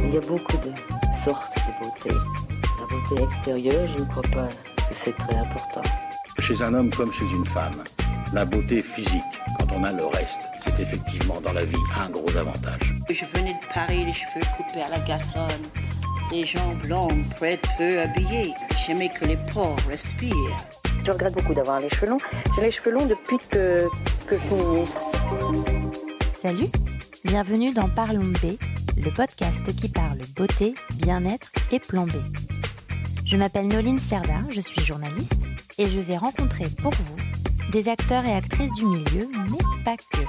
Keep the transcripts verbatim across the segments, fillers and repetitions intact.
Il y a beaucoup de sortes de beauté. La beauté extérieure, je ne crois pas que c'est très important. Chez un homme comme chez une femme, la beauté physique, quand on a le reste, c'est effectivement dans la vie un gros avantage. Je venais de Paris, les cheveux coupés à la garçonne, les jambes longues, prêtes, peu habillées. J'aimais que les pores respirent. Je regrette beaucoup d'avoir les cheveux longs. J'ai les cheveux longs depuis que, que je suis ministre. Salut, bienvenue dans Parlons B, le podcast qui parle beauté, bien-être et plan B. Je m'appelle Noline Serda, je suis journaliste et je vais rencontrer pour vous des acteurs et actrices du milieu, mais pas que.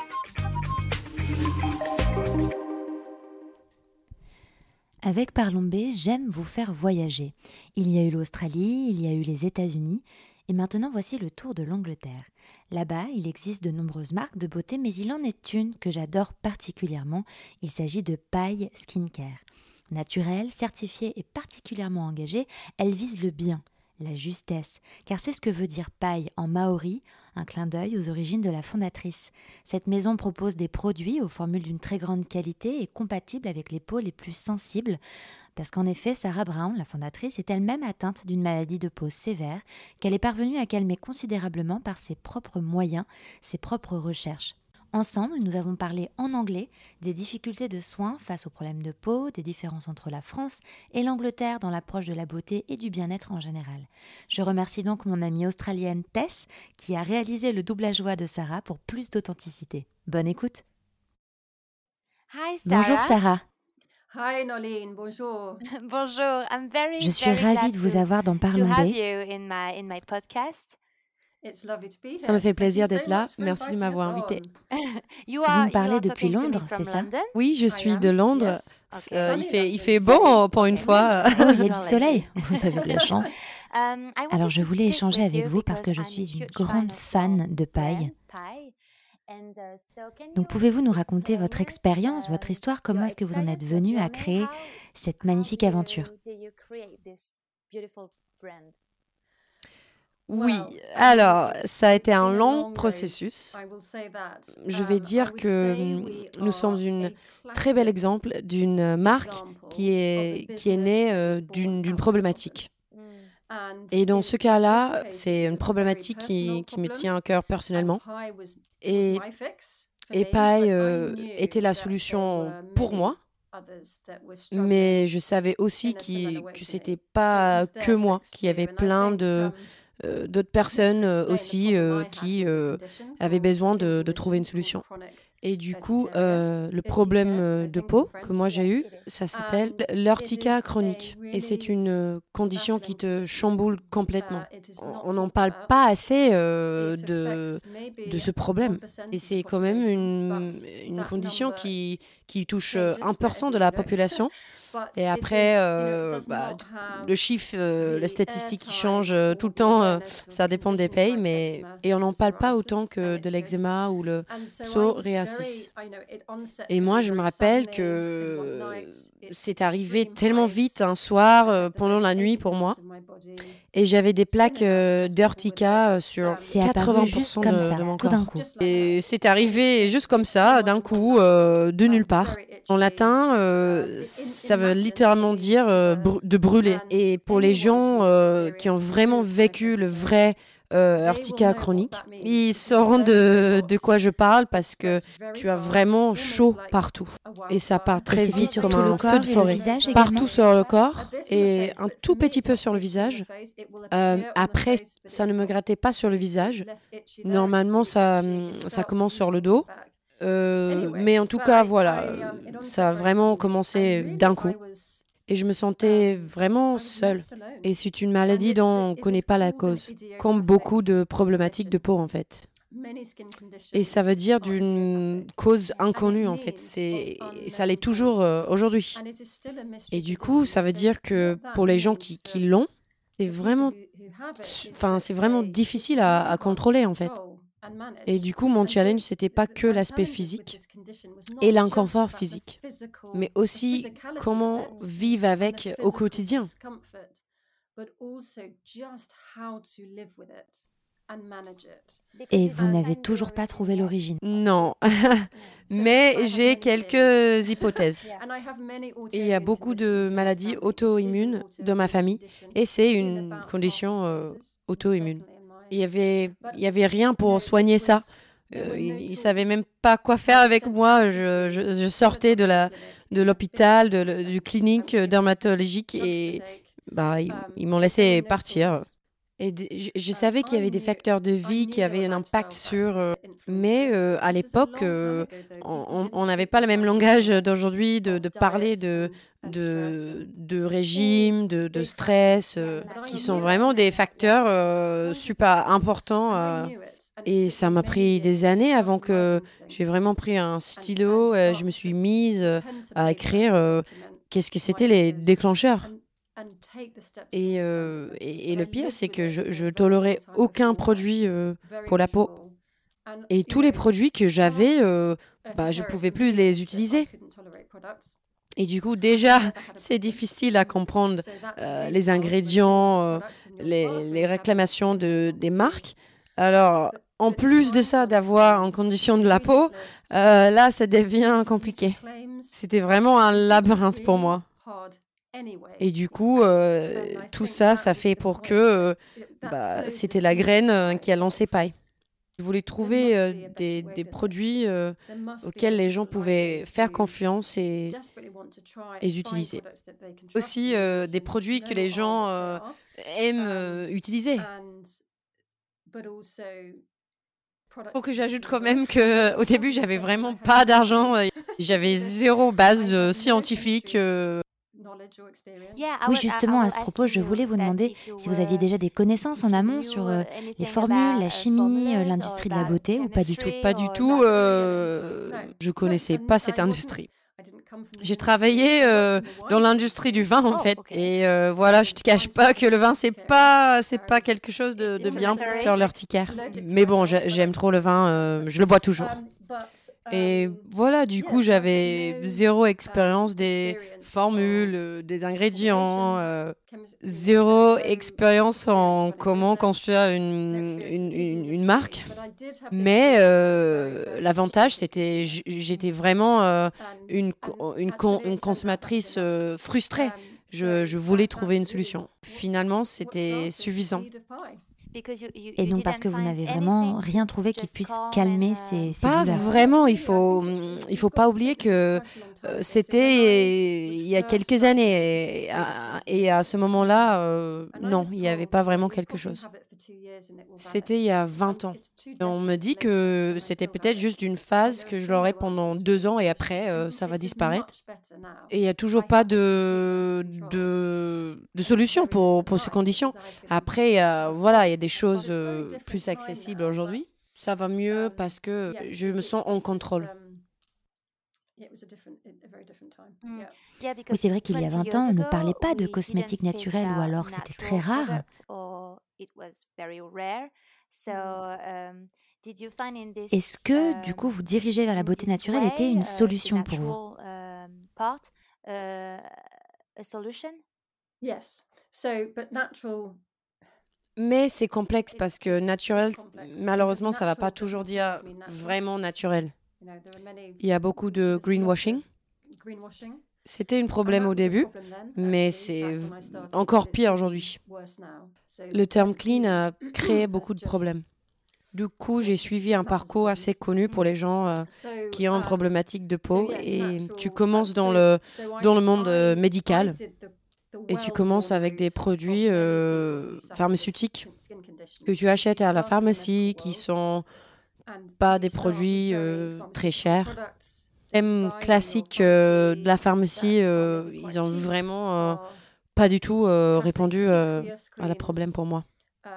Avec Parlons B, j'aime vous faire voyager. Il y a eu l'Australie, il y a eu les États-Unis, et maintenant voici le tour de l'Angleterre. Là-bas, il existe de nombreuses marques de beauté, mais il en est une que j'adore particulièrement. Il s'agit de Paille Skincare. Naturelle, certifiée et particulièrement engagée, elle vise le bien, la justesse, car c'est ce que veut dire paille en maori, un clin d'œil aux origines de la fondatrice. Cette maison propose des produits aux formules d'une très grande qualité et compatibles avec les peaux les plus sensibles, parce qu'en effet, Sarah Brown, la fondatrice, est elle-même atteinte d'une maladie de peau sévère qu'elle est parvenue à calmer considérablement par ses propres moyens, ses propres recherches. Ensemble, nous avons parlé en anglais des difficultés de soins face aux problèmes de peau, des différences entre la France et l'Angleterre dans l'approche de la beauté et du bien-être en général. Je remercie donc mon amie australienne Tess qui a réalisé le doublage voix de Sarah pour plus d'authenticité. Bonne écoute. Hi Sarah. Bonjour Sarah. Hi Noline, bonjour. Bonjour. I'm very, Je suis ravie de vous avoir dans Parlons B. Ça me fait plaisir d'être là. Merci de m'avoir invitée. Vous me parlez depuis Londres, c'est ça? Oui, je suis de Londres. Euh, il fait, il fait beau pour une fois. Oh, il y a du soleil. Vous avez de la chance. Alors, je voulais échanger avec vous parce que je suis une grande fan de paille. Donc, pouvez-vous nous raconter votre expérience, votre histoire? Comment est-ce que vous en êtes venu à créer cette magnifique aventure? Oui, alors, ça a été un long processus. Je vais dire que nous sommes un très bel exemple d'une marque qui est, qui est née euh, d'une, d'une problématique. Et dans ce cas-là, c'est une problématique qui, qui me tient à cœur personnellement. Et, et paille euh, était la solution pour moi. Mais je savais aussi qui, que ce n'était pas que moi, qu'il y avait plein de... Euh, d'autres personnes euh, aussi euh, qui euh, avaient besoin de, de trouver une solution. Et du coup, euh, le problème de peau que moi j'ai eu, ça s'appelle l'urticaire chronique. Et c'est une condition qui te chamboule complètement. On n'en parle pas assez euh, de, de ce problème. Et c'est quand même une, une condition qui, qui touche un pour cent de la population. Et après, euh, bah, le chiffre, euh, la statistique qui change euh, tout le temps, euh, ça dépend des pays, mais et on n'en parle pas autant que de l'eczéma ou le psoriasis. Et moi, je me rappelle que c'est arrivé tellement vite un soir, euh, pendant la nuit pour moi, et j'avais des plaques euh, d'urticaire sur c'est quatre-vingts pour cent comme de, ça, de mon tout corps. d'un coup. Et c'est arrivé juste comme ça, d'un coup, euh, de nulle part. En latin, euh, ça veut littéralement dire euh, br- de brûler. Et pour les gens euh, qui ont vraiment vécu le vrai euh, urticaire chronique, ils sauront de, de quoi je parle parce que tu as vraiment chaud partout. Et ça part très Et vite sur comme tout le un corps feu de et le forêt. visage Partout également? sur le corps et un tout petit peu sur le visage. Euh, après, ça ne me grattait pas sur le visage. Normalement, ça, ça commence sur le dos. Euh, mais en tout cas, voilà, ça a vraiment commencé d'un coup. Et je me sentais vraiment seule. Et c'est une maladie dont on ne connaît pas la cause, comme beaucoup de problématiques de peau en fait. Et ça veut dire d'une cause inconnue en fait. C'est, ça l'est toujours euh, aujourd'hui. Et du coup, ça veut dire que pour les gens qui, qui l'ont, c'est vraiment, enfin, c'est vraiment difficile à, à contrôler en fait. Et du coup, mon challenge, c'était pas que l'aspect physique et l'inconfort physique, mais aussi comment vivre avec au quotidien. Et vous n'avez toujours pas trouvé l'origine? Non, mais j'ai quelques hypothèses. Il y a beaucoup de maladies auto-immunes dans ma famille et c'est une condition euh, auto-immune. Il y avait, il y avait rien pour soigner ça. Euh, ils ne savaient même pas quoi faire avec moi. Je, je, je sortais de la, de l'hôpital, de, le- du clinique dermatologique et bah, ils, ils m'ont laissé partir. Et d- je, je savais qu'il y avait des facteurs de vie qui avaient un impact sur... euh, mais euh, à l'époque, euh, on on n'avait pas le même langage d'aujourd'hui de, de parler de, de, de régime, de, de stress, euh, qui sont vraiment des facteurs euh, super importants. euh, et ça m'a pris des années avant que j'ai vraiment pris un stylo, euh, je me suis mise euh, à écrire euh, qu'est-ce que c'était les déclencheurs. Et, euh, et, et le pire, c'est que je, je tolérais aucun produit euh, pour la peau. Et tous les produits que j'avais, euh, bah, je ne pouvais plus les utiliser. Et du coup, déjà, c'est difficile à comprendre euh, les ingrédients, euh, les, les réclamations de, des marques. Alors, en plus de ça, d'avoir en condition de la peau, euh, là, ça devient compliqué. C'était vraiment un labyrinthe pour moi. Et du coup, euh, tout ça, ça fait pour que euh, bah, c'était la graine euh, qui a lancé paille. Je voulais trouver euh, des, des produits euh, auxquels les gens pouvaient faire confiance et, et les utiliser. Aussi, euh, des produits que les gens euh, aiment euh, utiliser. Il faut que j'ajoute quand même qu'au début, j'avais vraiment pas d'argent. euh, J'avais zéro base euh, scientifique. euh, Oui, justement, à ce propos, je voulais vous demander si vous aviez déjà des connaissances en amont sur euh, les formules, la chimie, euh, l'industrie de la beauté ou pas du tout? Pas du tout. euh, je connaissais pas cette industrie. J'ai travaillé euh, dans l'industrie du vin en fait, et euh, voilà, je te cache pas que le vin c'est pas c'est pas quelque chose de, de bien pour faire l'urticaire. Mais bon, j'ai- j'aime trop le vin, euh, je le bois toujours. Et voilà, du coup, j'avais zéro expérience des formules, euh, des ingrédients, euh, zéro expérience en comment construire une, une, une, une marque. Mais euh, l'avantage, c'était j- j'étais vraiment euh, une, co- une, con- une consommatrice euh, frustrée. Je, je voulais trouver une solution. Finalement, c'était suffisant. Et donc parce que vous n'avez vraiment rien trouvé qui puisse calmer ces, ces Pas douleurs? vraiment. Il faut, il faut pas oublier que euh, c'était il y a quelques années. Et à, et à ce moment-là, euh, non, il n'y avait pas vraiment quelque chose. C'était il y a vingt ans. Et on me dit que c'était peut-être juste une phase que je l'aurai pendant deux ans et après, euh, ça va disparaître. Et il n'y a toujours pas de, de, de solution pour, pour ces conditions. Après, euh, voilà, il y a des choses euh, plus accessibles aujourd'hui. Ça va mieux parce que je me sens en contrôle. Mm. Oui, c'est vrai qu'il y a vingt ans, on ne parlait pas de cosmétiques naturels ou alors c'était très rare. Est-ce que, du coup, vous diriger vers la beauté naturelle était une solution pour vous? Mais c'est complexe parce que naturel, malheureusement, ça ne va pas toujours dire vraiment naturel. Il y a beaucoup de greenwashing. C'était un problème au début, mais c'est v- encore pire aujourd'hui. Le terme clean a créé beaucoup de problèmes. Du coup, j'ai suivi un parcours assez connu pour les gens euh, qui ont une problématique de peau et tu commences dans le, dans le monde euh, médical et tu commences avec des produits euh, pharmaceutiques que tu achètes à la pharmacie qui sont pas des produits euh, très chers. Thème classique euh, de la pharmacie, euh, ils ont vraiment euh, pas du tout euh, répondu euh, à la problème pour moi.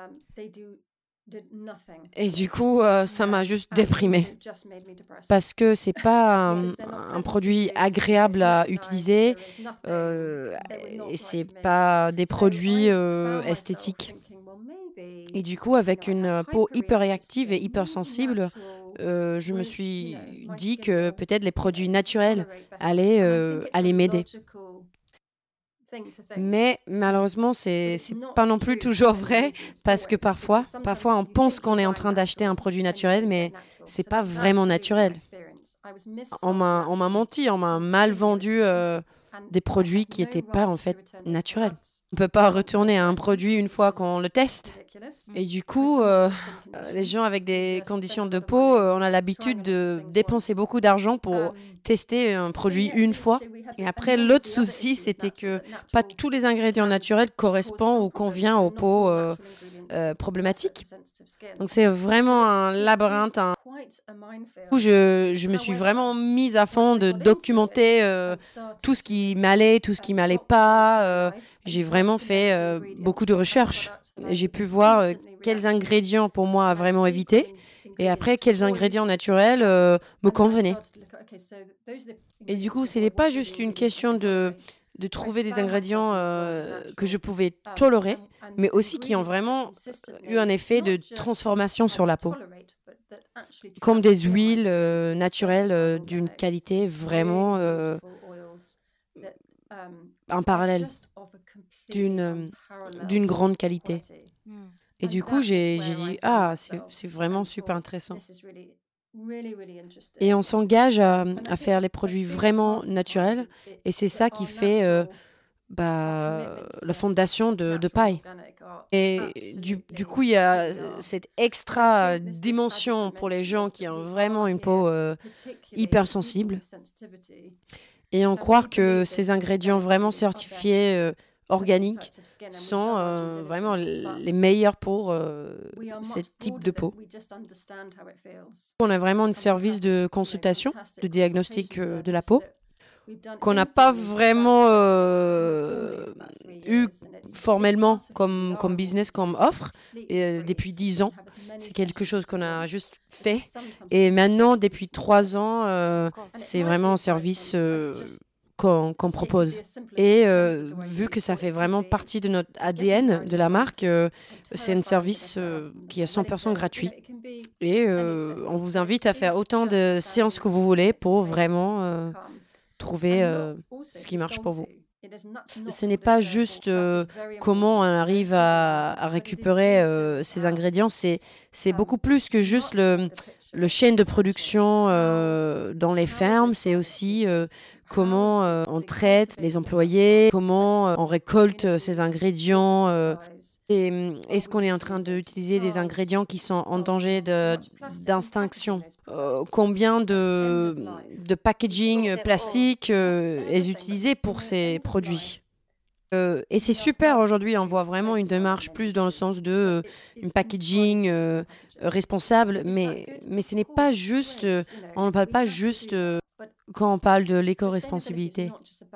Et du coup, euh, ça m'a juste déprimée parce que c'est pas un, un produit agréable à utiliser euh, et c'est pas des produits euh, esthétiques. Et du coup, avec une euh, peau hyper réactive et hypersensible, euh, je me suis dit que peut-être les produits naturels allaient, euh, allaient m'aider. Mais malheureusement, c'est c'est pas non plus toujours vrai parce que parfois, parfois on pense qu'on est en train d'acheter un produit naturel, mais c'est pas vraiment naturel. On m'a on m'a menti, on m'a mal vendu euh, des produits qui n'étaient pas en fait naturels. On peut pas retourner à un produit une fois qu'on le teste. Et du coup, euh, les gens avec des conditions de peau, euh, on a l'habitude de dépenser beaucoup d'argent pour tester un produit une fois. Et après, l'autre souci, c'était que pas tous les ingrédients naturels correspondent ou conviennent aux peaux euh, euh, problématiques. Donc c'est vraiment un labyrinthe, un... où je, je me suis vraiment mise à fond de documenter euh, tout ce qui m'allait, tout ce qui m'allait pas. Euh, j'ai vraiment fait euh, beaucoup de recherches. J'ai pu voir euh, quels ingrédients pour moi à vraiment éviter et après quels ingrédients naturels euh, me convenaient. Et du coup, ce n'était pas juste une question de, de trouver des ingrédients euh, que je pouvais tolérer, mais aussi qui ont vraiment eu un effet de transformation sur la peau. Comme des huiles euh, naturelles euh, d'une qualité vraiment euh, en parallèle, d'une, d'une grande qualité. Et du coup, j'ai, j'ai dit, ah, c'est, c'est vraiment super intéressant. Et on s'engage à, à faire les produits vraiment naturels. Et c'est ça qui fait euh, bah, la fondation de, de Pai. Et du, du coup, il y a cette extra dimension pour les gens qui ont vraiment une peau euh, hypersensible. Et on croit que ces ingrédients vraiment certifiés euh, organiques sont euh, vraiment les meilleurs pour euh, ce type de peau. On a vraiment un service de consultation, de diagnostic euh, de la peau, qu'on n'a pas vraiment euh, eu formellement comme, comme business, comme offre et, euh, depuis dix ans. C'est quelque chose qu'on a juste fait. Et maintenant, depuis trois ans, euh, c'est vraiment un service euh, qu'on, qu'on propose. Et euh, vu que ça fait vraiment partie de notre A D N de la marque, euh, c'est un service euh, qui est cent pour cent gratuit. Et euh, on vous invite à faire autant de séances que vous voulez pour vraiment euh, trouver euh, ce qui marche pour vous. Ce n'est pas juste euh, comment on arrive à, à récupérer euh, ces ingrédients, c'est, c'est beaucoup plus que juste le, le chaîne de production euh, dans les fermes, c'est aussi euh, comment euh, on traite les employés, comment euh, on récolte ces ingrédients. Euh, et est-ce qu'on est en train d'utiliser des ingrédients qui sont en danger de, d'extinction? euh, Combien de, de packaging plastique euh, est utilisé pour ces produits? Euh, et c'est super, aujourd'hui, on voit vraiment une démarche plus dans le sens de euh, une packaging euh, responsable, mais, mais ce n'est pas juste, euh, on ne parle pas juste euh, quand on parle de l'éco-responsabilité.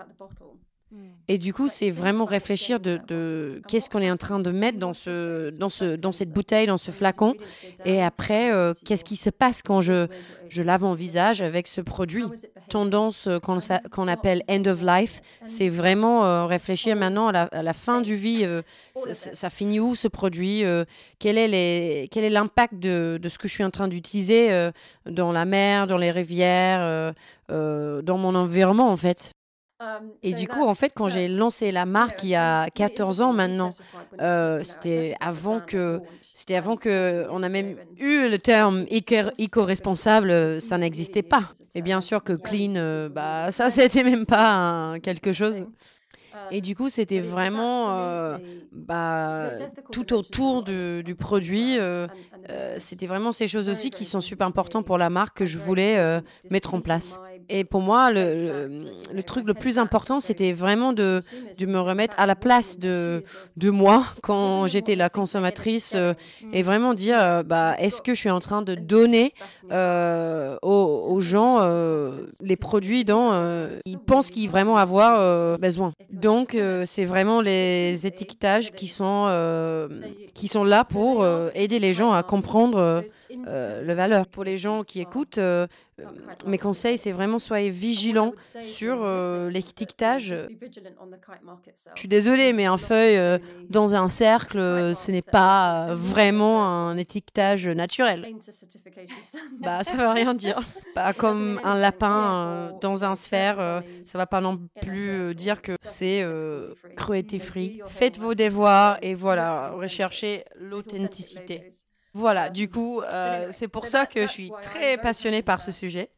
Et du coup, c'est vraiment réfléchir de, de qu'est-ce qu'on est en train de mettre dans, ce, dans, ce, dans cette bouteille, dans ce flacon. Et après, euh, qu'est-ce qui se passe quand je, je lave mon visage avec ce produit? Tendance qu'on, qu'on appelle end of life, c'est vraiment euh, réfléchir maintenant à la, à la fin du vie. Euh, ça, ça finit où ce produit? euh, quel, est les, quel est l'impact de, de ce que je suis en train d'utiliser euh, dans la mer, dans les rivières, euh, euh, dans mon environnement en fait? Et du coup, en fait, quand j'ai lancé la marque il y a quatorze ans maintenant, euh, c'était avant que, c'était avant que on a même eu le terme éco-responsable, ça n'existait pas. Et bien sûr que clean, euh, bah ça, c'était même pas un, quelque chose. Et du coup, c'était vraiment euh, bah, tout autour de, du produit. Euh, euh, c'était vraiment ces choses aussi qui sont super importantes pour la marque que je voulais euh, mettre en place. Et pour moi, le, le, le truc le plus important, c'était vraiment de, de me remettre à la place de, de moi quand j'étais la consommatrice euh, et vraiment dire, euh, bah, est-ce que je suis en train de donner euh, aux, aux gens euh, les produits dont euh, ils pensent qu'ils vont vraiment avoir euh, besoin. Donc, euh, c'est vraiment les étiquetages qui sont, euh, qui sont là pour euh, aider les gens à comprendre euh, la valeur. Pour les gens qui écoutent, euh, euh, mes conseils, c'est vraiment soyez vigilants sur euh, l'étiquetage. Je suis désolée, mais un feuille euh, dans un cercle, euh, ce n'est pas euh, vraiment un étiquetage naturel. Bah, ça ne veut rien dire. Pas comme un lapin euh, dans un sphère, euh, ça ne va pas non plus euh, dire que c'est euh, cruelty free. Faites vos devoirs et voilà, recherchez l'authenticité. Voilà, du coup, euh, c'est pour ça que je suis très passionnée par ce sujet.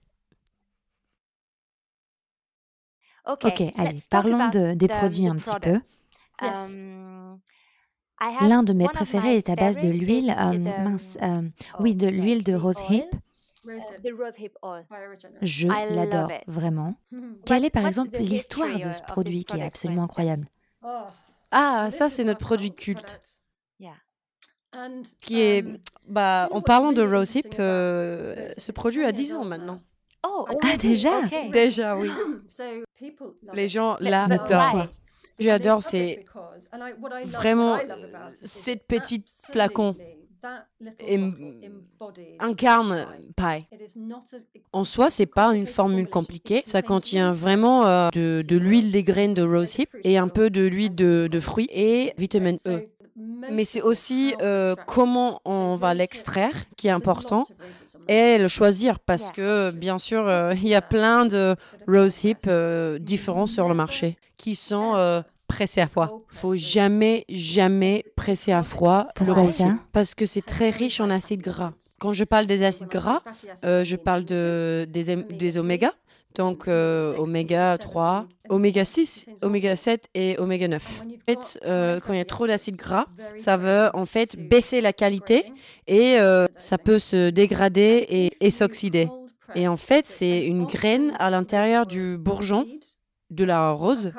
Ok, allez, parlons de, des produits un petit peu. L'un de mes préférés est à base de l'huile, euh, mince, euh, oui, de l'huile de rosehip. Je l'adore vraiment. Quelle est par exemple l'histoire de ce produit qui est absolument incroyable? Ah, ça c'est notre produit culte. Qui est, bah, en parlant de rosehip, euh, ce produit a dix ans maintenant. Oh, ah déjà? Déjà, oui. Les gens l'adorent. J'adore, c'est vraiment cette petite flacon incarne paille. En soi, c'est pas une formule compliquée. Ça contient vraiment euh, de, de l'huile des graines de rosehip et un peu de l'huile de, de fruits et vitamine E. Mais c'est aussi euh, comment on va l'extraire qui est important et le choisir parce que, bien sûr, euh, il y a plein de rosehip euh, différents sur le marché qui sont euh, pressés à froid. Il ne faut jamais, jamais presser à froid le rosehip parce que c'est très riche en acides gras. Quand je parle des acides gras, euh, je parle de, des, des oméga. Donc, euh, oméga trois, oméga six, oméga sept et oméga neuf. En fait, euh, quand il y a trop d'acides gras, ça veut en fait baisser la qualité et euh, ça peut se dégrader et, et s'oxyder. Et en fait, c'est une graine à l'intérieur du bourgeon de la rose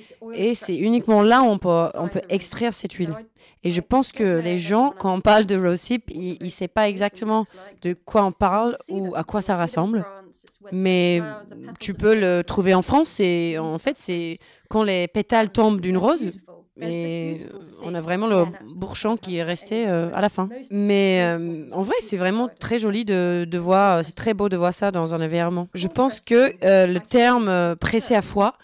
et c'est uniquement là où on peut, on peut extraire cette huile. Et je pense que les gens, quand on parle de rosehip, ils ne savent pas exactement de quoi on parle ou à quoi ça ressemble. Mais tu peux le trouver en France et en fait, c'est quand les pétales tombent d'une rose et on a vraiment le bourgeon qui est resté euh, à la fin. Mais euh, en vrai, c'est vraiment très joli de, de voir, c'est très beau de voir ça dans un environnement. Je pense que euh, le terme euh, pressé à froid,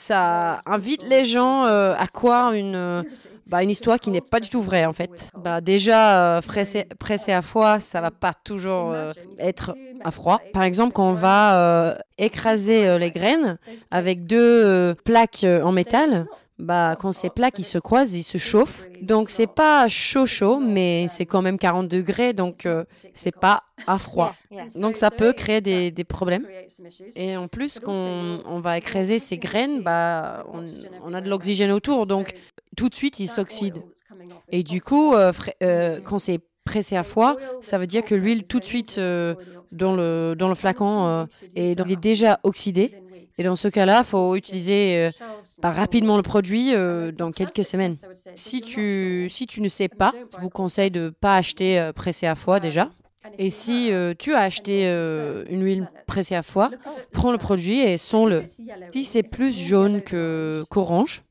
ça invite les gens euh, à croire une... Euh, Bah, une histoire qui n'est pas du tout vraie en fait. Bah, déjà, euh, pressé, pressé à froid, ça va pas toujours euh, être à froid. Par exemple, quand on va euh, écraser euh, les graines avec deux euh, plaques euh, en métal, bah, quand ces plaques ils se croisent, ils se chauffent. Donc c'est pas chaud chaud, mais c'est quand même quarante degrés, donc euh, c'est pas à froid. Donc ça peut créer des, des problèmes. Et en plus, quand on, on va écraser ces graines, bah, on, on a de l'oxygène autour, donc tout de suite, il s'oxyde. Et du coup, euh, fr- euh, quand c'est pressé à froid, ça veut dire que l'huile, tout de suite, euh, dans, le, dans le flacon, euh, est, donc, il est déjà oxydée. Et dans ce cas-là, il faut utiliser euh, bah, rapidement le produit euh, dans quelques semaines. Si tu, si tu ne sais pas, je vous conseille de ne pas acheter euh, pressé à froid déjà. Et si euh, tu as acheté euh, une huile pressée à froid, prends le produit et sens-le. Si c'est plus jaune que, qu'orange,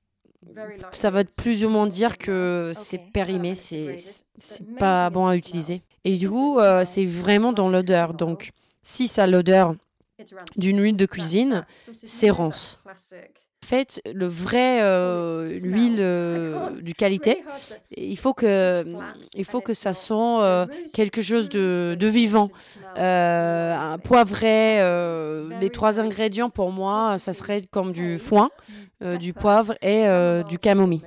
ça va plus ou moins dire que c'est périmé, c'est, c'est pas bon à utiliser. Et du coup, euh, c'est vraiment dans l'odeur. Donc, si ça a l'odeur d'une huile de cuisine, c'est ronce. En fait, le vrai euh, l'huile euh, du qualité, il faut que, il faut que ça sent euh, quelque chose de, de vivant. Euh, un poivré, euh, les trois ingrédients pour moi, ça serait comme du foin, euh, du poivre et euh, du camomille.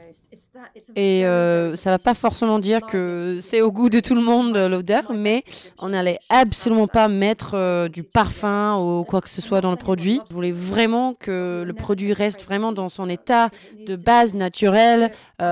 Et euh, ça ne va pas forcément dire que c'est au goût de tout le monde l'odeur, mais on n'allait absolument pas mettre euh, du parfum ou quoi que ce soit dans le produit. Je voulais vraiment que le produit reste vraiment dans son état de base naturelle,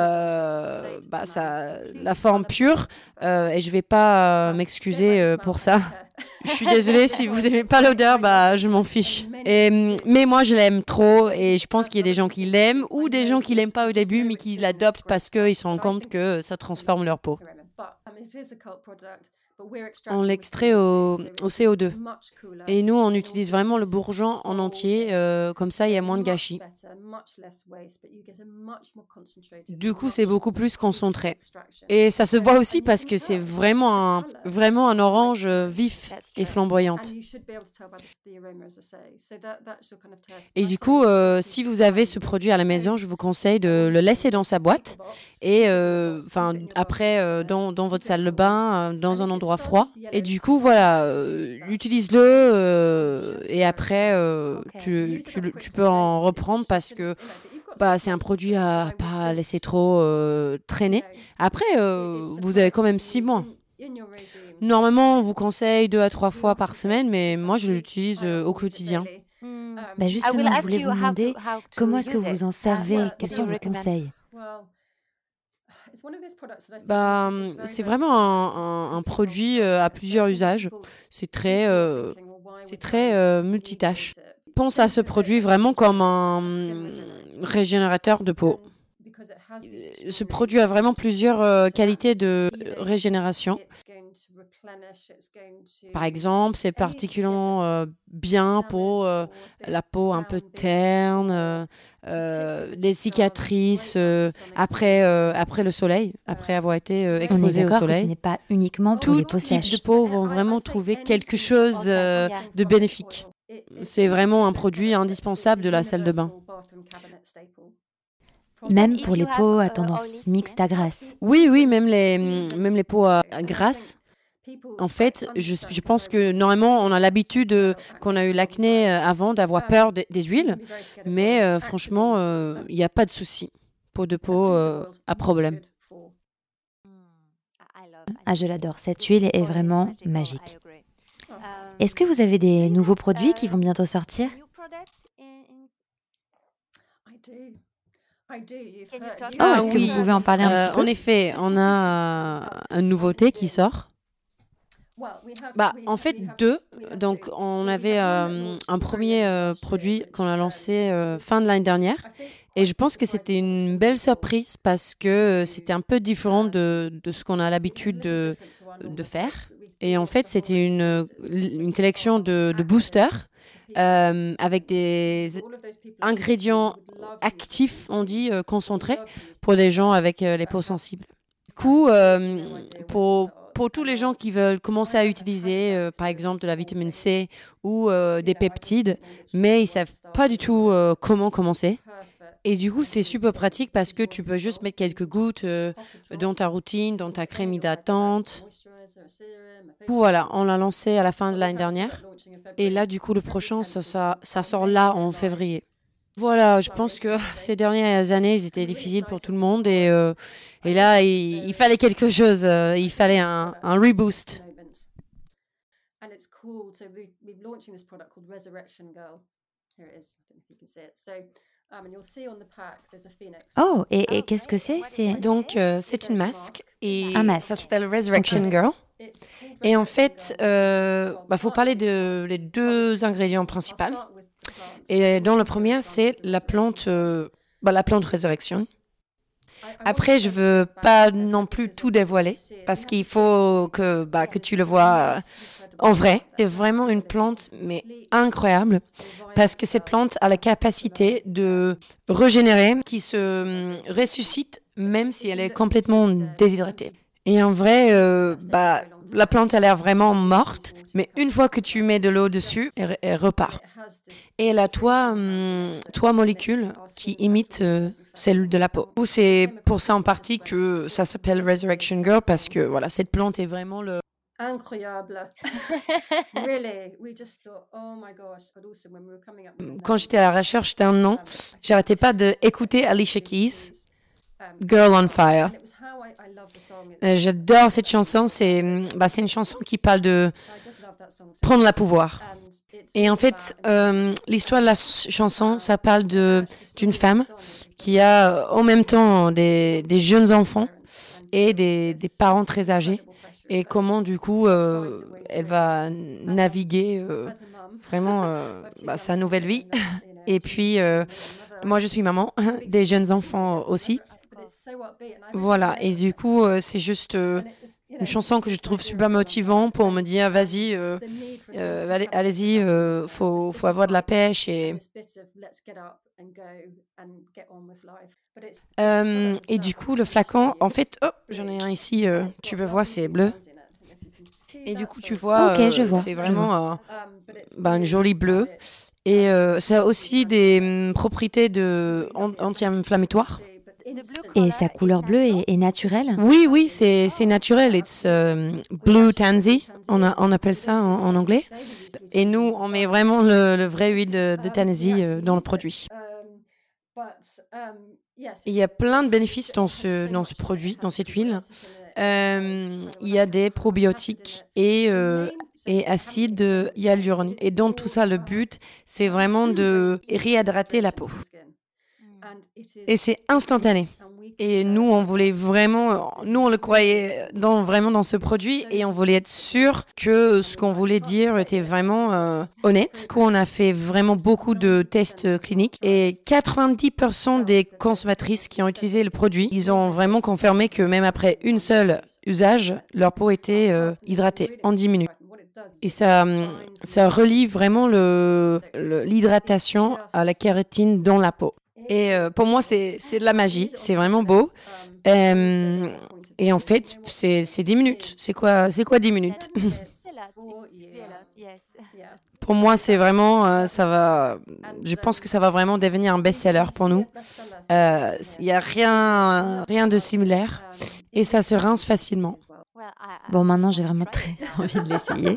euh, bah, ça, la forme pure, euh, et je ne vais pas euh, m'excuser euh, pour ça. Je suis désolée, si vous n'aimez pas l'odeur, bah, je m'en fiche. Et, mais moi, je l'aime trop et je pense qu'il y a des gens qui l'aiment ou des gens qui ne l'aiment pas au début mais qui l'adoptent parce qu'ils se rendent compte que ça transforme leur peau. on l'extrait au, au C O deux. Et nous, on utilise vraiment le bourgeon en entier, euh, comme ça, il y a moins de gâchis. Du coup, c'est beaucoup plus concentré. Et ça se voit aussi parce que c'est vraiment un, vraiment un orange vif et flamboyante. Et du coup, euh, si vous avez ce produit à la maison, je vous conseille de le laisser dans sa boîte et euh, enfin après euh, dans, dans votre salle de bain, euh, dans un endroit froid. Et du coup, voilà, euh, utilise-le euh, et après euh, tu, tu, tu peux en reprendre parce que bah, c'est un produit à pas laisser trop euh, traîner. Après, euh, vous avez quand même six mois. Normalement, on vous conseille deux à trois fois par semaine, mais moi, je l'utilise euh, au quotidien. Bah justement, je voulais vous demander comment est-ce que vous vous en servez, quels sont vos conseils? Bah, c'est vraiment un, un, un produit euh, à plusieurs usages. C'est très, euh, c'est très euh, multitâche. Pense à ce produit vraiment comme un régénérateur de peau. Ce produit a vraiment plusieurs euh, qualités de régénération. Par exemple, c'est particulièrement euh, bien pour euh, la peau un peu terne, euh, euh, les cicatrices euh, après, euh, après le soleil, après avoir été euh, exposé au soleil. On est d'accord que ce n'est pas uniquement pour les peaux Tout type sèches. de peau vont vraiment trouver quelque chose euh, de bénéfique. C'est vraiment un produit indispensable de la salle de bain. Même pour les peaux à tendance mixte à grasse. Oui, oui, même les, même les peaux à, à grasse. En fait, je, je pense que normalement, on a l'habitude, euh, qu'on a eu l'acné euh, avant, d'avoir peur de, des huiles. Mais euh, franchement, il euh, n'y a pas de souci. Peau de peau euh, à problème. Ah, je l'adore. Cette huile est vraiment magique. Est-ce que vous avez des nouveaux produits qui vont bientôt sortir? Oh, est-ce que oui. vous pouvez en parler un Euh, petit peu? En effet, on a une nouveauté qui sort. Bah, en fait, deux. Donc, on avait euh, un premier euh, produit qu'on a lancé euh, fin de l'année dernière. Et je pense que c'était une belle surprise parce que euh, c'était un peu différent de, de ce qu'on a l'habitude de, de faire. Et en fait, c'était une, une collection de, de boosters euh, avec des ingrédients actifs, on dit, euh, concentrés, pour les gens avec euh, les peaux sensibles. Du coup, euh, pour, pour tous les gens qui veulent commencer à utiliser, euh, par exemple, de la vitamine C ou euh, des peptides, mais ils ne savent pas du tout euh, comment commencer. Et du coup, c'est super pratique parce que tu peux juste mettre quelques gouttes euh, dans ta routine, dans ta crème hydratante. Du coup, voilà, on l'a lancé à la fin de l'année dernière. Et là, du coup, le prochain, ça, ça, ça sort là en février. Voilà, je pense que ces dernières années, ils étaient difficiles pour tout le monde. Et, euh, et là, il, il fallait quelque chose. Euh, il fallait un, un reboost. Oh, et, et qu'est-ce que c'est? C'est Donc, euh, c'est une masque. Et un masque. Ça s'appelle Resurrection Okay. Girl. Et en fait, il euh, bah, faut parler de les deux ingrédients principaux. Et dans le premier, c'est la plante, euh, bah, la plante Resurrection. Après, je veux pas non plus tout dévoiler parce qu'il faut que, bah, que tu le vois euh, en vrai. C'est vraiment une plante, mais incroyable, parce que cette plante a la capacité de régénérer, qui se euh, ressuscite même si elle est complètement déshydratée. Et en vrai, euh, bah, la plante a l'air vraiment morte, mais une fois que tu mets de l'eau dessus, elle, elle repart. Et elle a trois, hum, trois molécules qui imitent euh, celles de la peau. C'est pour ça en partie que ça s'appelle Resurrection Girl, parce que voilà, cette plante est vraiment le... Incroyable. Really, we just thought, oh my gosh. But also when we were coming up with Quand j'étais à la recherche d'un nom, j'arrêtais pas d'écouter Alicia Keys, Girl on Fire. Euh, J'adore cette chanson. C'est bah, c'est une chanson qui parle de prendre le pouvoir. Et en fait, euh, l'histoire de la chanson, ça parle de d'une femme qui a en même temps des, des jeunes enfants et des, des parents très âgés. Et comment, du coup, euh, elle va naviguer euh, vraiment euh, bah, sa nouvelle vie. Et puis, euh, moi, je suis maman, des jeunes enfants aussi. Voilà, et du coup, euh, c'est juste euh, une chanson que je trouve super motivante pour me dire vas-y, euh, euh, allez, allez-y, euh, faut, faut avoir de la pêche. Et, euh, et du coup, le flacon, en fait, oh, j'en ai un ici, euh, tu peux voir, c'est bleu. Et du coup, tu vois, okay, je euh, vois c'est je vraiment vois. Euh, bah, une jolie bleue. Et euh, ça a aussi des hum, propriétés de, an- anti-inflammatoires. Et sa couleur bleue est, est naturelle? Oui, oui, c'est, c'est naturel. It's um, blue tansy, on, a, on appelle ça en, en anglais. Et nous, on met vraiment le, le vrai huile de, de tansy euh, dans le produit. Il y a plein de bénéfices dans ce, dans ce produit, dans cette huile. Euh, il y a des probiotiques et, euh, et acide hyaluronique. Et dans tout ça, le but, c'est vraiment de réhydrater la peau. Et c'est instantané. Et nous, on voulait vraiment, nous, on le croyait dans, vraiment dans ce produit et on voulait être sûr que ce qu'on voulait dire était vraiment euh, honnête. Du coup, on a fait vraiment beaucoup de tests cliniques et quatre-vingt-dix pour cent des consommatrices qui ont utilisé le produit, ils ont vraiment confirmé que même après une seule usage, leur peau était euh, hydratée en dix minutes. Et ça, ça relie vraiment le, le, l'hydratation à la kératine dans la peau. Et euh, pour moi, c'est, c'est de la magie. C'est vraiment beau. Euh, et en fait, c'est, c'est dix minutes. C'est quoi, c'est quoi dix minutes? Pour moi, c'est vraiment, euh, ça va, je pense que ça va vraiment devenir un best-seller pour nous. Il euh, n'y a rien, rien de similaire et ça se rince facilement. Bon, maintenant, j'ai vraiment très envie de l'essayer.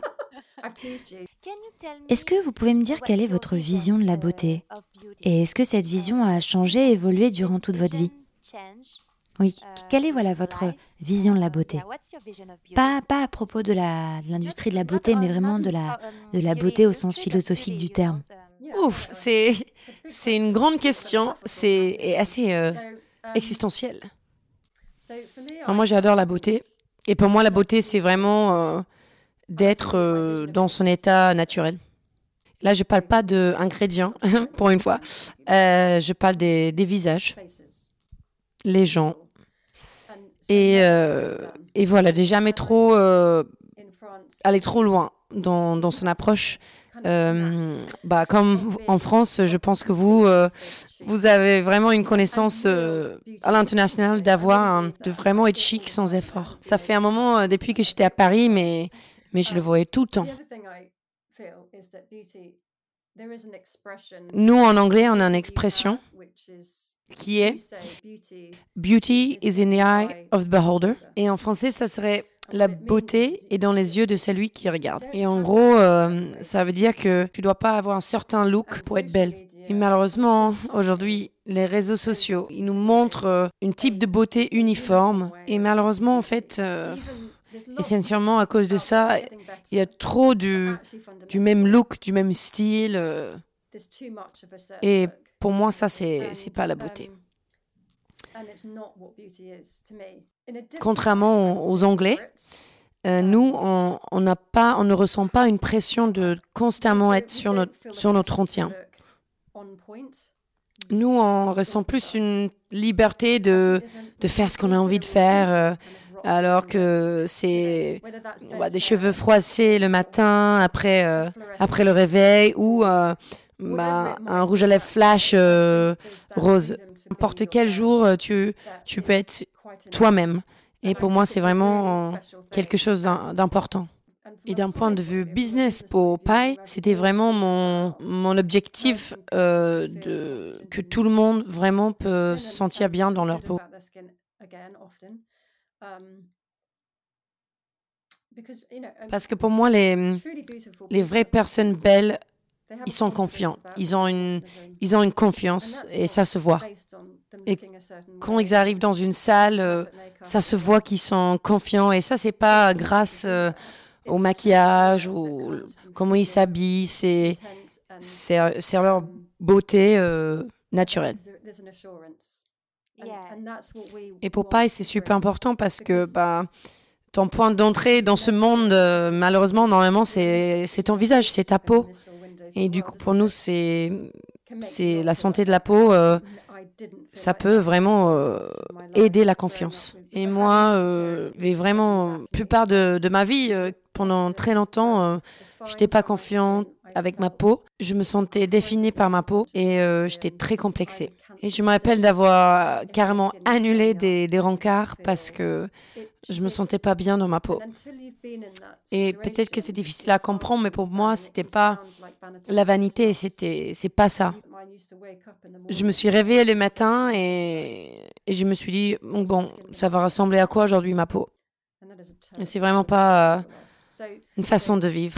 Est-ce que vous pouvez me dire quelle est votre vision de la beauté? Et est-ce que cette vision a changé et évolué durant toute votre vie? Oui, quelle est voilà, votre vision de la beauté? Pas, pas à propos de, la, de l'industrie de la beauté, mais vraiment de la, de la beauté au sens philosophique du terme. Ouf, c'est, c'est une grande question. C'est assez euh, existentiel. Alors moi, j'adore la beauté. Et pour moi, la beauté, c'est vraiment... Euh, d'être euh, dans son état naturel. Là, je ne parle pas d'ingrédients, pour une fois. Euh, je parle des, des visages, les gens. Et, euh, et voilà, j'ai jamais trop euh, allé trop loin dans, dans son approche. Euh, bah, comme en France, je pense que vous, euh, vous avez vraiment une connaissance euh, à l'international d'avoir un, de vraiment être chic sans effort. Ça fait un moment euh, depuis que j'étais à Paris, mais mais je le voyais tout le temps. Nous, en anglais, on a une expression qui est « Beauty is in the eye of the beholder ». Et en français, ça serait « La beauté est dans les yeux de celui qui regarde ». Et en gros, euh, ça veut dire que tu ne dois pas avoir un certain look pour être belle. Et malheureusement, aujourd'hui, les réseaux sociaux, ils nous montrent euh, une type de beauté uniforme. Et malheureusement, en fait... Euh, essentiellement, à cause de ça, il y a trop du, du même look, du même style. Euh, et pour moi, ça, c'est, c'est pas la beauté. Contrairement aux Anglais, euh, nous, on, on, n'a pas, on ne ressent pas une pression de constamment être sur notre, sur notre trente et un. Nous, on ressent plus une liberté de, de faire ce qu'on a envie de faire. Euh, alors que c'est bah, des cheveux froissés le matin après, euh, après le réveil ou euh, bah, un rouge à lèvres flash euh, rose. N'importe quel jour, tu, tu peux être toi-même. Et pour moi, c'est vraiment quelque chose d'important. Et d'un point de vue business pour Pai, c'était vraiment mon, mon objectif euh, de, que tout le monde vraiment peut se sentir bien dans leur peau. Parce que pour moi, les, les vraies personnes belles, ils sont confiants. Ils ont une, ils ont une confiance et ça se voit. Et quand ils arrivent dans une salle, ça se voit qu'ils sont confiants. Et ça, c'est pas grâce au maquillage ou comment ils s'habillent. C'est, c'est, c'est leur beauté euh, naturelle. Et pour Pai, c'est super important parce que bah, ton point d'entrée dans ce monde, euh, malheureusement, normalement, c'est, c'est ton visage, c'est ta peau. Et du coup, pour nous, c'est, c'est la santé de la peau. Euh, ça peut vraiment euh, aider la confiance. Et moi, euh, mais vraiment, la plupart de, de ma vie, euh, pendant très longtemps, euh, je n'étais pas confiante avec ma peau. Je me sentais définie par ma peau et euh, j'étais très complexée. Et je me rappelle d'avoir carrément annulé des, des rencarts parce que je me sentais pas bien dans ma peau. Et peut-être que c'est difficile à comprendre, mais pour moi, c'était pas la vanité, c'était, c'est pas ça. Je me suis réveillée le matin et, et je me suis dit, bon, ça va ressembler à quoi aujourd'hui ma peau? Et c'est vraiment pas euh, une façon de vivre.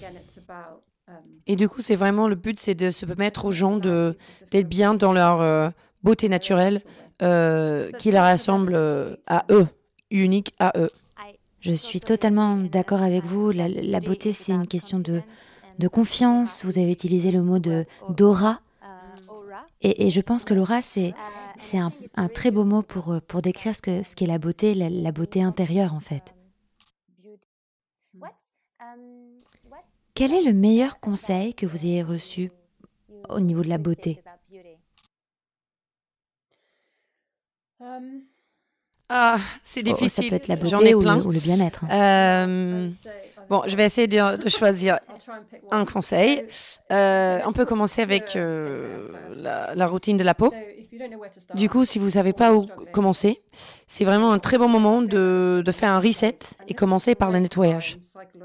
Et du coup, c'est vraiment le but, c'est de se permettre aux gens de, d'être bien dans leur euh, beauté naturelle euh, qui la rassemble euh, à eux, unique à eux. Je suis totalement d'accord avec vous. La, la beauté, c'est une question de, de confiance. Vous avez utilisé le mot de, d'aura. Et, et je pense que l'aura, c'est, c'est un, un très beau mot pour, pour décrire ce, que, ce qu'est la beauté, la, la beauté intérieure, en fait. Quel est le meilleur conseil que vous ayez reçu au niveau de la beauté? Ah, c'est difficile. Oh, ça peut être la J'en beauté ai ou plein. le, ou le bien-être. Euh, bon, je vais essayer de, de choisir un conseil. Euh, on peut commencer avec euh, la, la routine de la peau. Du coup, si vous ne savez pas où commencer, c'est vraiment un très bon moment de, de faire un reset et commencer par le nettoyage.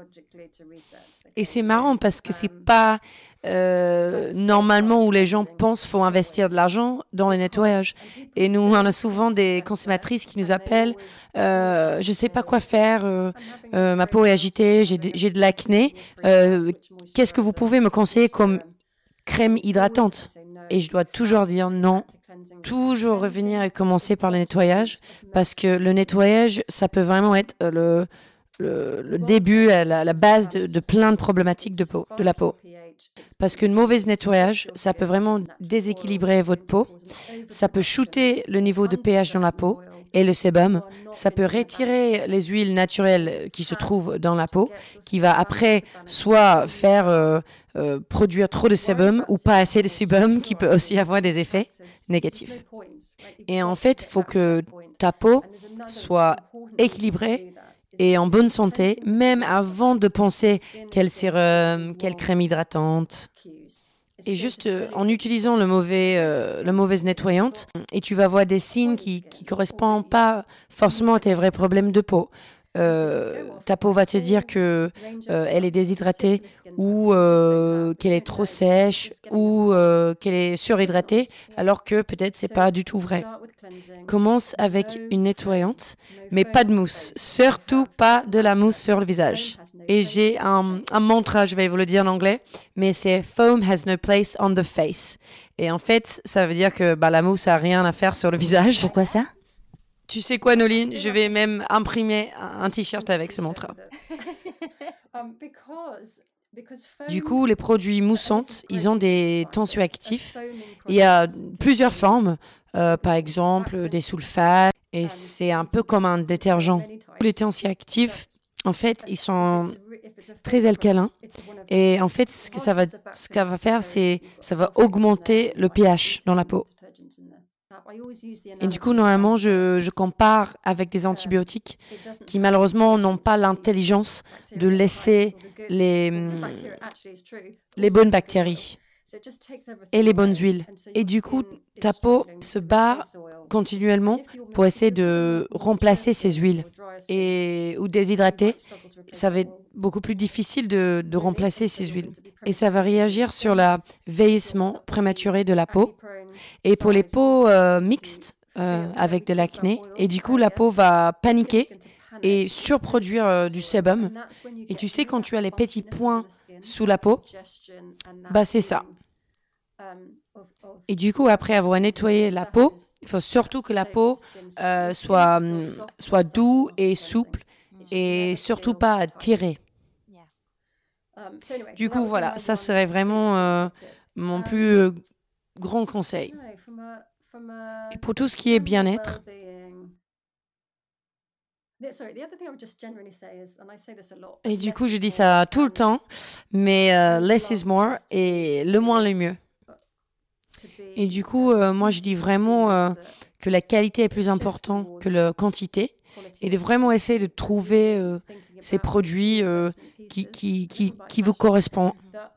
Et c'est marrant parce que c'est pas euh, normalement où les gens pensent qu'il faut investir de l'argent dans le nettoyage. Et nous, on a souvent des consommatrices qui nous appellent euh, « je ne sais pas quoi faire, euh, euh, ma peau est agitée, j'ai de, j'ai de l'acné, euh, qu'est-ce que vous pouvez me conseiller comme crème hydratante ?» Et je dois toujours dire non, toujours revenir et commencer par le nettoyage parce que le nettoyage, ça peut vraiment être le... Le, le début, la, la base de, de plein de problématiques de, peau, de la peau. Parce qu'une mauvaise nettoyage, ça peut vraiment déséquilibrer votre peau. Ça peut shooter le niveau de pH dans la peau et le sébum. Ça peut retirer les huiles naturelles qui se trouvent dans la peau, qui va après soit faire euh, euh, produire trop de sébum ou pas assez de sébum, qui peut aussi avoir des effets négatifs. Et en fait, il faut que ta peau soit équilibrée et en bonne santé, même avant de penser quel sérum, quelle crème hydratante. Et juste euh, en utilisant le mauvais, euh, la mauvaise nettoyante, et tu vas voir des signes qui ne correspondent pas forcément à tes vrais problèmes de peau. Euh, ta peau va te dire que euh, elle est déshydratée ou euh, qu'elle est trop sèche ou euh, qu'elle est surhydratée, alors que peut-être c'est pas du tout vrai. Commence avec une nettoyante, mais pas de mousse, surtout pas de la mousse sur le visage. Et j'ai un, un mantra, je vais vous le dire en anglais, mais c'est foam has no place on the face. Et en fait, ça veut dire que bah, la mousse a rien à faire sur le visage. Pourquoi ça? Tu sais quoi, Noline? Je vais même imprimer un t-shirt avec ce mantra. Du coup, les produits moussants, ils ont des tensioactifs. Il y a plusieurs formes, euh, par exemple des sulfates, et c'est un peu comme un détergent. Les tensioactifs, en fait, ils sont très alcalins. Et en fait, ce que ça va, ce que ça va faire, c'est ça va augmenter le pH dans la peau. Et du coup, normalement, je, je compare avec des antibiotiques qui, malheureusement, n'ont pas l'intelligence de laisser les, les bonnes bactéries et les bonnes huiles. Et du coup, ta peau se bat continuellement pour essayer de remplacer ces huiles et, ou déshydrater. Ça va être beaucoup plus difficile de, de remplacer ces huiles. Et ça va réagir sur le vieillissement prématuré de la peau. Et pour les peaux euh, mixtes euh, avec de l'acné, et du coup, la peau va paniquer et surproduire euh, du sébum. Et tu sais, quand tu as les petits points sous la peau, bah c'est ça. Et du coup, après avoir nettoyé la peau, il faut surtout que la peau euh, soit, soit douce et souple et surtout pas tirée. Du coup, voilà, ça serait vraiment euh, mon plus euh, grand conseil. Et pour tout ce qui est bien-être, et du coup, je dis ça tout le temps, mais euh, less is more et le moins le mieux. Et du coup, euh, moi, je dis vraiment euh, que la qualité est plus importante que la quantité et de vraiment essayer de trouver euh, ces produits euh, qui, qui, qui, qui vous correspondent.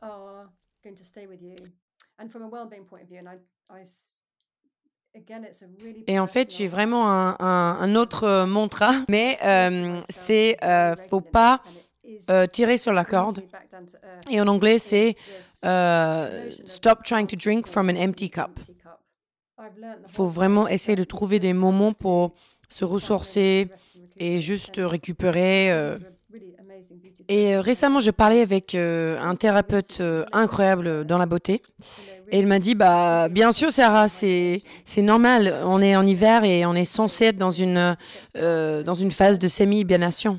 Et en fait, j'ai vraiment un, un, un autre euh, mantra, mais euh, c'est euh, faut pas euh, tirer sur la corde. Et en anglais, c'est euh, stop trying to drink from an empty cup. Faut vraiment essayer de trouver des moments pour se ressourcer et juste récupérer. Euh. Et euh, récemment, je parlais avec euh, un thérapeute euh, incroyable dans la beauté. Et il m'a dit, bah, bien sûr, Sarah, c'est, c'est normal. On est en hiver et on est censé être dans une, euh, dans une phase de semi-hibernation.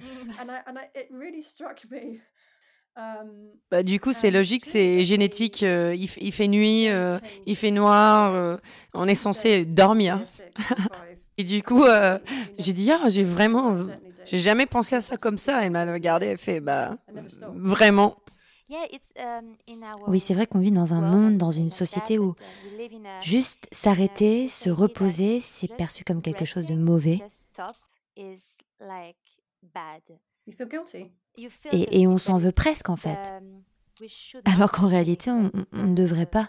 Bah, du coup, c'est logique, c'est génétique. Euh, il, il fait nuit, euh, il fait noir. Euh, on est censé dormir. Et du coup, euh, j'ai dit, ah, j'ai vraiment, j'ai jamais pensé à ça comme ça. Elle m'a regardé, elle fait, bah, vraiment. Oui, c'est vrai qu'on vit dans un monde, dans une société où juste s'arrêter, se reposer, c'est perçu comme quelque chose de mauvais. Et, et on s'en veut presque, en fait. Alors qu'en réalité, on ne devrait pas.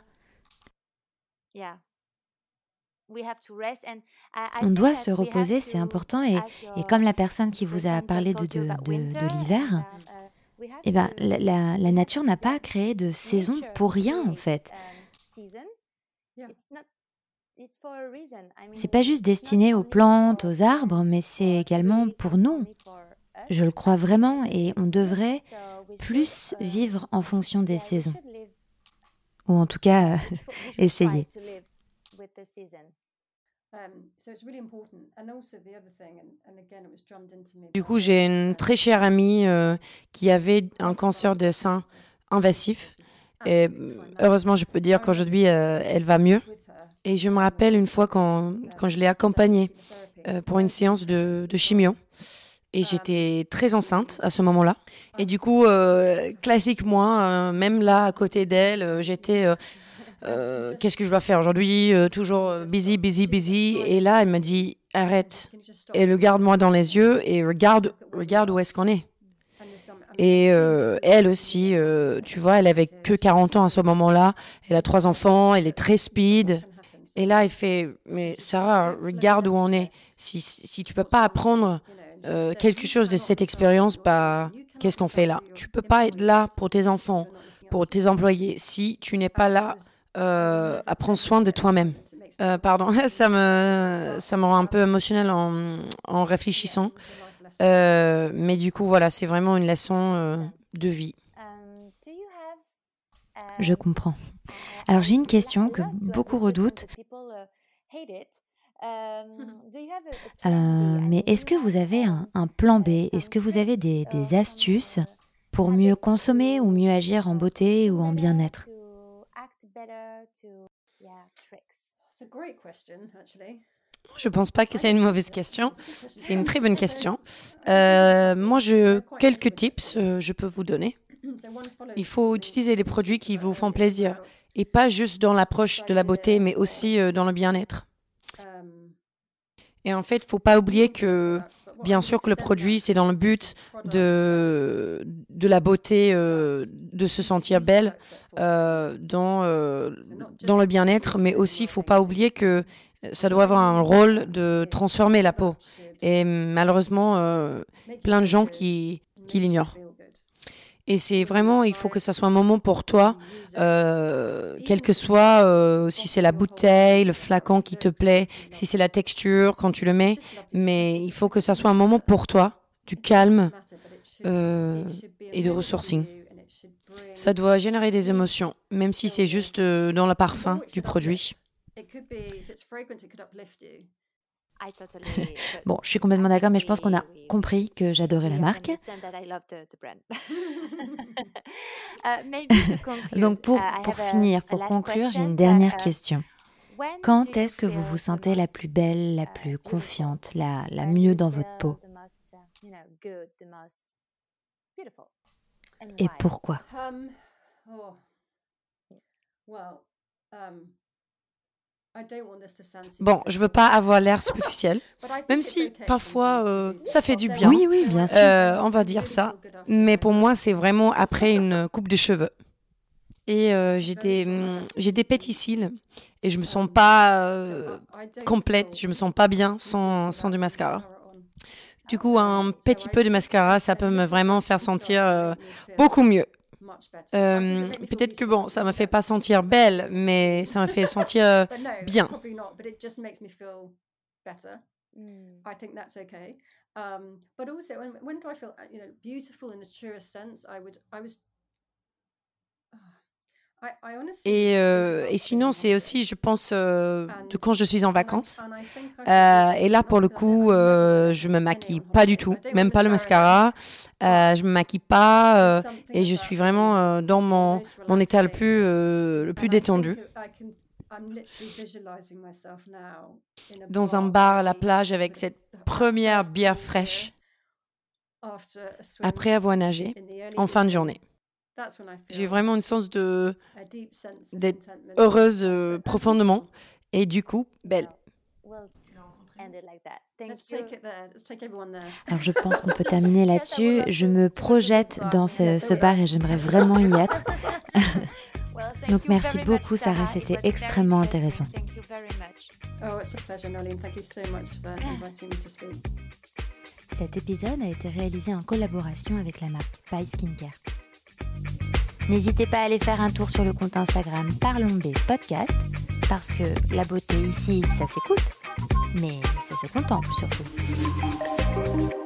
On doit se reposer, c'est important. Et, et comme la personne qui vous a parlé de, de, de, de l'hiver, eh ben, la, la, la nature n'a pas créé de saison pour rien, en fait. C'est pas juste destiné aux plantes, aux arbres, mais c'est également pour nous. Je le crois vraiment, et on devrait plus vivre en fonction des saisons. Ou en tout cas, euh, essayer. Du coup, j'ai une très chère amie euh, qui avait un cancer de sein invasif. Et heureusement, je peux dire qu'aujourd'hui, euh, elle va mieux. Et je me rappelle une fois quand, quand je l'ai accompagnée euh, pour une séance de, de chimio. Et j'étais très enceinte à ce moment-là. Et du coup, euh, classique moi, euh, même là, à côté d'elle, euh, j'étais... Euh, Euh, qu'est-ce que je dois faire aujourd'hui, euh, toujours busy, busy, busy. Et là, elle m'a dit, arrête et regarde-moi dans les yeux et regarde, regarde où est-ce qu'on est. Et euh, elle aussi, euh, tu vois, elle avait que quarante ans à ce moment-là. Elle a trois enfants, elle est très speed. Et là, elle fait, mais Sarah, regarde où on est. Si, si tu peux pas apprendre euh, quelque chose de cette expérience, bah, qu'est-ce qu'on fait là? Tu peux pas être là pour tes enfants, pour tes employés, si tu n'es pas là Euh, à prendre soin de toi-même. Euh, pardon, ça me, ça me rend un peu émotionnelle en, en réfléchissant. Euh, mais du coup, voilà, c'est vraiment une leçon euh, de vie. Je comprends. Alors, j'ai une question que beaucoup redoutent. Euh, mais est-ce que vous avez un, un plan B? Est-ce que vous avez des, des astuces pour mieux consommer ou mieux agir en beauté ou en bien-être? Je pense pas que c'est une mauvaise question. C'est une très bonne question. Euh, moi, je, quelques tips, euh, je peux vous donner. Il faut utiliser des produits qui vous font plaisir et pas juste dans l'approche de la beauté, mais aussi euh, dans le bien-être. Et en fait, il faut pas oublier que, bien sûr que le produit, c'est dans le but de, de la beauté, euh, de se sentir belle euh, dans, euh, dans le bien-être, mais aussi, il ne faut pas oublier que ça doit avoir un rôle de transformer la peau. Et malheureusement, euh, plein de gens qui, qui l'ignorent. Et c'est vraiment, il faut que ça soit un moment pour toi, euh, quel que soit, euh, si c'est la bouteille, le flacon qui te plaît, si c'est la texture quand tu le mets, mais il faut que ça soit un moment pour toi, du calme euh, et de ressourcing. Ça doit générer des émotions, même si c'est juste euh, dans le parfum du produit. Bon, je suis complètement d'accord, mais je pense qu'on a compris que j'adorais la marque. Donc pour, pour finir, pour conclure, j'ai une dernière question. Quand est-ce que vous vous sentez la plus belle, la plus confiante, la, la mieux dans votre peau? Et pourquoi? Bon, je veux pas avoir l'air superficiel, même si parfois euh, ça fait du bien. Oui, oui, bien sûr. Euh, on va dire ça. Mais pour moi, c'est vraiment après une coupe de cheveux. Et euh, j'ai des j'ai des petits cils et je me sens pas euh, complète, je me sens pas bien sans sans du mascara. Du coup, un petit peu de mascara, ça peut me vraiment faire sentir euh, beaucoup mieux. Euh, peut-être que bon, ça me fait pas sentir belle, mais ça me fait sentir euh, bien. Et, euh, et sinon, c'est aussi, je pense, euh, de quand je suis en vacances. Euh, et là, pour le coup, euh, je me maquille pas du tout, même pas le mascara. Euh, je me maquille pas euh, et je suis vraiment euh, dans mon, mon état le plus, euh, le plus détendu. Dans un bar à la plage avec cette première bière fraîche après avoir nagé en fin de journée. J'ai vraiment une sens de d'être heureuse euh, profondément et du coup belle. Alors je pense qu'on peut terminer là-dessus. Je me projette dans ce, ce bar et j'aimerais vraiment y être. Donc merci beaucoup Sarah, c'était extrêmement intéressant. Cet épisode a été réalisé en collaboration avec la marque Pai Skincare. N'hésitez pas à aller faire un tour sur le compte Instagram Parlons B Podcast, parce que la beauté ici, ça s'écoute, mais ça se contemple surtout.